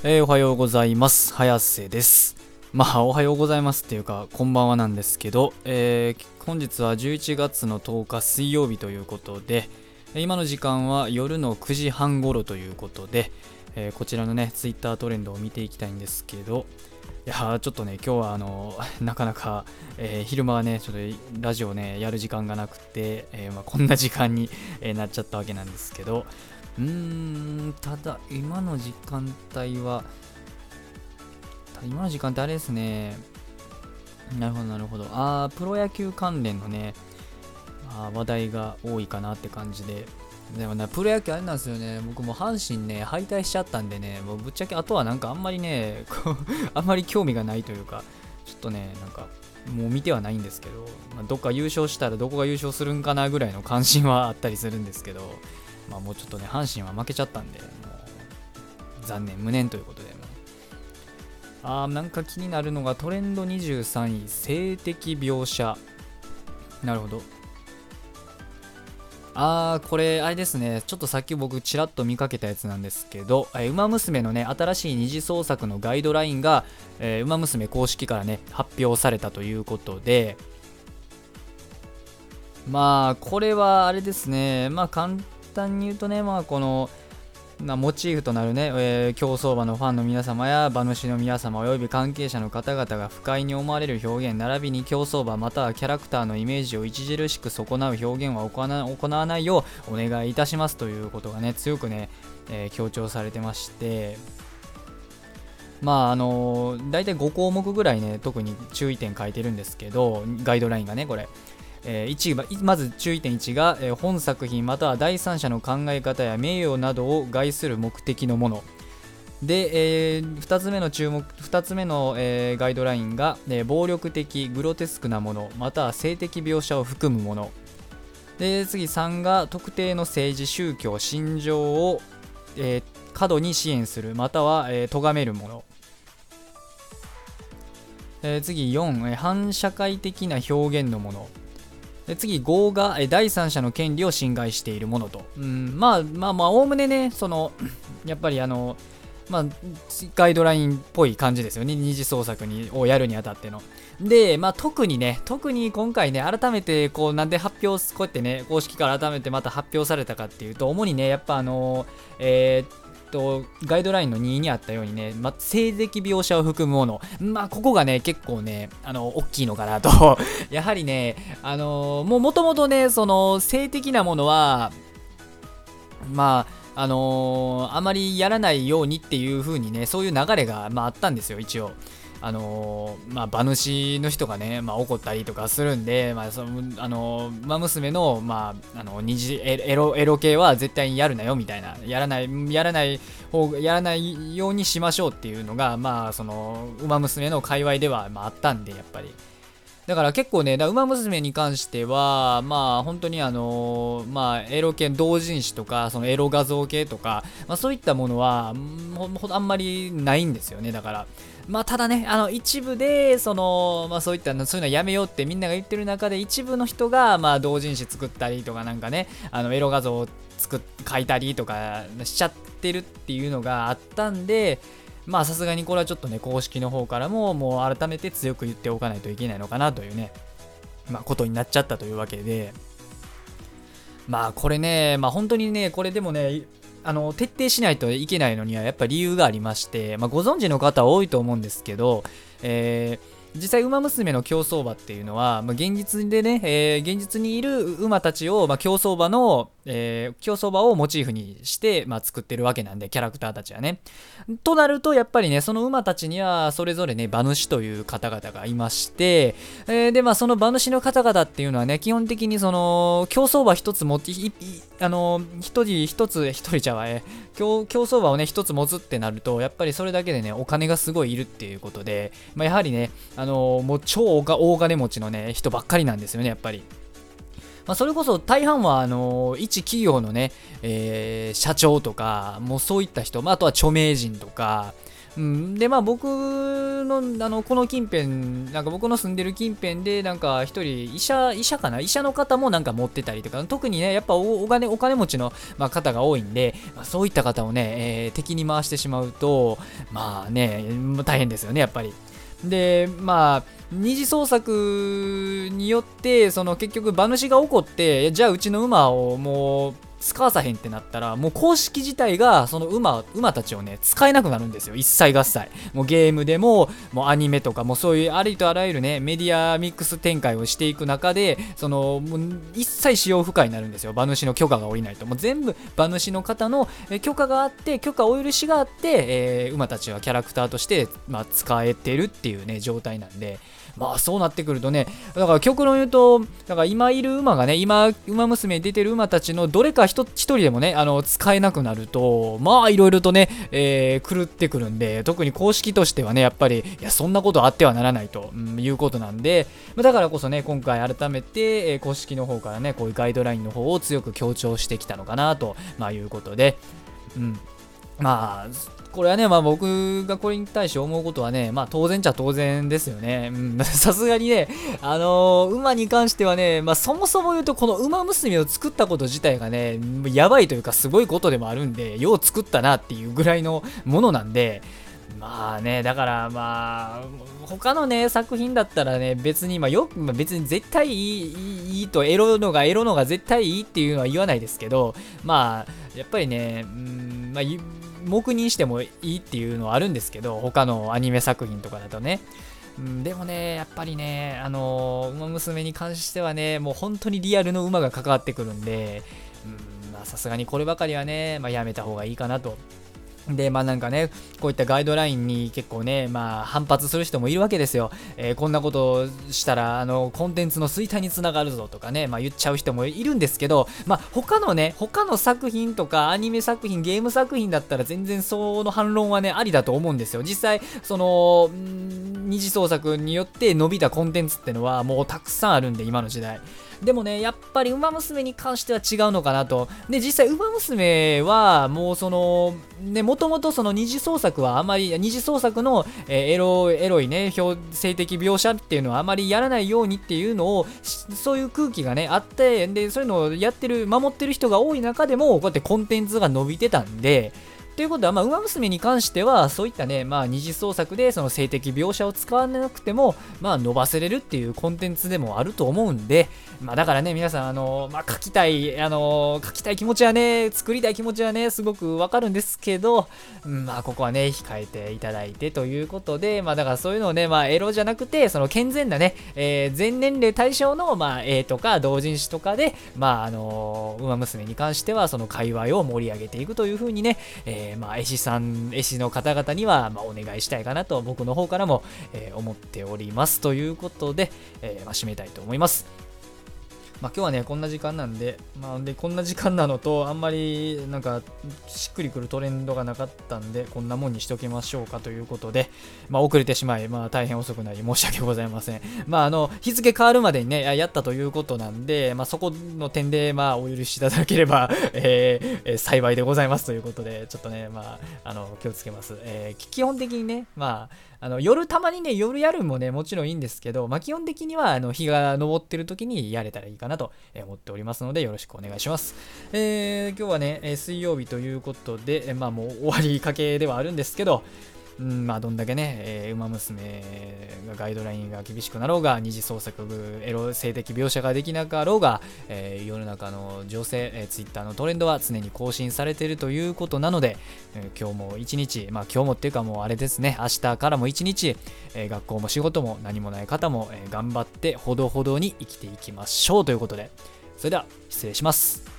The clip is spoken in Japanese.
おはようございます。早瀬です。おおはようございますっていうか、こんばんはなんですけど、本日は11月の10日水曜日ということで、今の時間は夜の9時半頃ということで、こちらのね、ツイッタートレンドを見ていきたいんですけど、いやーちょっとね、今日はなかなか、昼間はね、ちょっとラジオね、やる時間がなくて、こんな時間に、なっちゃったわけなんですけど、ただ今の時間帯は、あれですね。なるほど、なるほど。プロ野球関連のね、話題が多いかなって感じで。でもね、プロ野球あれなんですよね。僕も阪神ね、敗退しちゃったんでね、もうぶっちゃけあとはなんかあんまりね、あんまり興味がないというか、ちょっとね、なんか、もう見てはないんですけど、どっか優勝したらどこが優勝するんかなぐらいの関心はあったりするんですけど、もうちょっとね、阪神は負けちゃったんで、もう残念、無念ということで、なんか気になるのがトレンド23位、性的描写。なるほど。これ、あれですね。ちょっとさっき僕ちらっと見かけたやつなんですけど、ウマ娘のね、新しい二次創作のガイドラインが、ウマ娘公式からね、発表されたということで、これはあれですね。簡単に言うとね、この、モチーフとなるね、競走馬のファンの皆様や馬主の皆様および関係者の方々が不快に思われる表現並びに競走馬またはキャラクターのイメージを著しく損なう表現は行わないようお願いいたしますということがね強くね、強調されてまして、大体5項目ぐらいね特に注意点書いてるんですけど、ガイドラインがねこれまず注意点1が、本作品または第三者の考え方や名誉などを害する目的のもので、2つ目のガイドラインが、暴力的グロテスクなものまたは性的描写を含むもので、次3が特定の政治宗教信条を、過度に支援するまたは咎めるもの、次4、反社会的な表現のもので、次5が第三者の権利を侵害しているものと、おおむねねやっぱりガイドラインっぽい感じですよね、二次創作をやるにあたっての。で、特に今回ね改めてなんでこうやってね公式から改めてまた発表されたかっていうと、主にねやっぱガイドラインの2にあったようにね、性的描写を含むもの、ここがね結構ね大きいのかなとやはりねもともとね性的なものはあまりやらないようにっていう風にねそういう流れがあったんですよ一応。馬主の人がね、怒ったりとかするんで、馬娘の、二次エロ系は絶対にやるなよみたいな、やらないようにしましょうっていうのが、馬娘の界隈では、あったんで、やっぱり。だから結構ね、馬娘に関しては、本当にエロ系同人誌とか、そのエロ画像系とか、そういったものは、あんまりないんですよね、だから。ただね、一部で、そういったそういうのやめようってみんなが言ってる中で、一部の人が、同人誌作ったりとかなんかね、エロ画像を書いたりとかしちゃってるっていうのがあったんで、さすがにこれはちょっとね、公式の方からも、もう改めて強く言っておかないといけないのかなというね、ことになっちゃったというわけで、これね、本当にね、これでもね、徹底しないといけないのにはやっぱ理由がありまして、ご存知の方は多いと思うんですけど、実際馬娘の競走馬っていうのは、現実でね、現実にいる馬たちを、競走馬をモチーフにして、作ってるわけなんで、キャラクターたちはね。となるとやっぱりねその馬たちにはそれぞれね馬主という方々がいまして、でその馬主の方々っていうのはね基本的にその競走馬一つ持って一人ちゃうわ競走馬をね一つ持つってなるとやっぱりそれだけでねお金がすごいいるっていうことで、やはりねもう超大金持ちのね人ばっかりなんですよねやっぱり。それこそ大半は一企業のね、社長とかもうそういった人、あとは著名人とか、 でまあ僕のこの近辺なんか僕の住んでる近辺でなんか一人医者の方もなんか持ってたりとか、特にねやっぱお金持ちの、方が多いんで、そういった方をね、敵に回してしまうとまあね大変ですよねやっぱり。で二次創作によってその結局馬主が怒って、じゃあうちの馬をもう使わさへんってなったら、もう公式自体がその馬たちをね使えなくなるんですよ、一切合切。もうゲームでももうアニメとかもそういうありとあらゆるねメディアミックス展開をしていく中で、そのもう一切使用不可になるんですよ、馬主の許可が下りないと。もう全部馬主の方の許可があって、許可お許しがあって、馬たちはキャラクターとして、使えてるっていうね状態なんで、そうなってくるとね、だから極論言うと、だから今いる馬がね、今馬娘に出てる馬たちのどれか一人でもね使えなくなると、いろいろとね、狂ってくるんで、特に公式としてはねやっぱりそんなことあってはならないと、いうことなんで、だからこそね今回改めて、公式の方からねこういうガイドラインの方を強く強調してきたのかなと、いうことで、これはね、僕がこれに対して思うことはね、当然っちゃ当然ですよね。さすがにね、馬に関してはね、そもそも言うと、この馬娘を作ったこと自体がね、やばいというか、すごいことでもあるんで、よう作ったなっていうぐらいのものなんで、だから他のね作品だったらね別に別に絶対いいとエロのが絶対いいっていうのは言わないですけど、やっぱりね黙認してもいいっていうのはあるんですけど、他のアニメ作品とかだとね。でもねやっぱりね馬娘に関してはねもう本当にリアルの馬が関わってくるんで、さすがにこればかりはねやめた方がいいかなと。でなんかねこういったガイドラインに結構ね反発する人もいるわけですよ。こんなことをしたらコンテンツの衰退につながるぞとかね言っちゃう人もいるんですけど、他の作品とかアニメ作品ゲーム作品だったら全然その反論はねありだと思うんですよ。実際その二次創作によって伸びたコンテンツってのはもうたくさんあるんで、今の時代でもねやっぱり馬娘に関しては違うのかなと。で実際馬娘はもうそのねもともとその二次創作はあまり二次創作のエロいね性的描写っていうのはあまりやらないようにっていうのをそういう空気がねあって、でそういうのを守ってる人が多い中でもこうやってコンテンツが伸びてたんで、ということは、馬娘に関してはそういったね、二次創作でその性的描写を使わなくても伸ばせれるっていうコンテンツでもあると思うんで、だからね皆さん書きたい気持ちはね、作りたい気持ちはねすごくわかるんですけど、ここはね控えていただいてということで、だからそういうのをねエロじゃなくてその健全なね、全年齢対象の絵とか同人誌とかで馬娘に関してはその界隈を盛り上げていくという風にね、絵師の方々にはお願いしたいかなと僕の方からも、思っておりますということで、締めたいと思います。今日はねこんな時間なんで、こんな時間なのとあんまりなんかしっくりくるトレンドがなかったんで、こんなもんにしときましょうかということで、遅れてしまい大変遅くなり申し訳ございません。日付変わるまでにねやったということなんで、そこの点でお許しいただければ、幸いでございますということで、ちょっとね気をつけます。基本的にねたまにね夜やるもねもちろんいいんですけど、基本的には日が昇ってる時にやれたらいいかなと思っておりますのでよろしくお願いします。今日はね水曜日ということで、もう終わりかけではあるんですけど、どんだけね、馬娘がガイドラインが厳しくなろうが、二次創作エロ性的描写ができなかろうが、世の中の情勢、ツイッターのトレンドは常に更新されているということなので、今日も一日、今日もっていうかもうあれですね、明日からも一日、学校も仕事も何もない方も、頑張ってほどほどに生きていきましょうということで、それでは失礼します。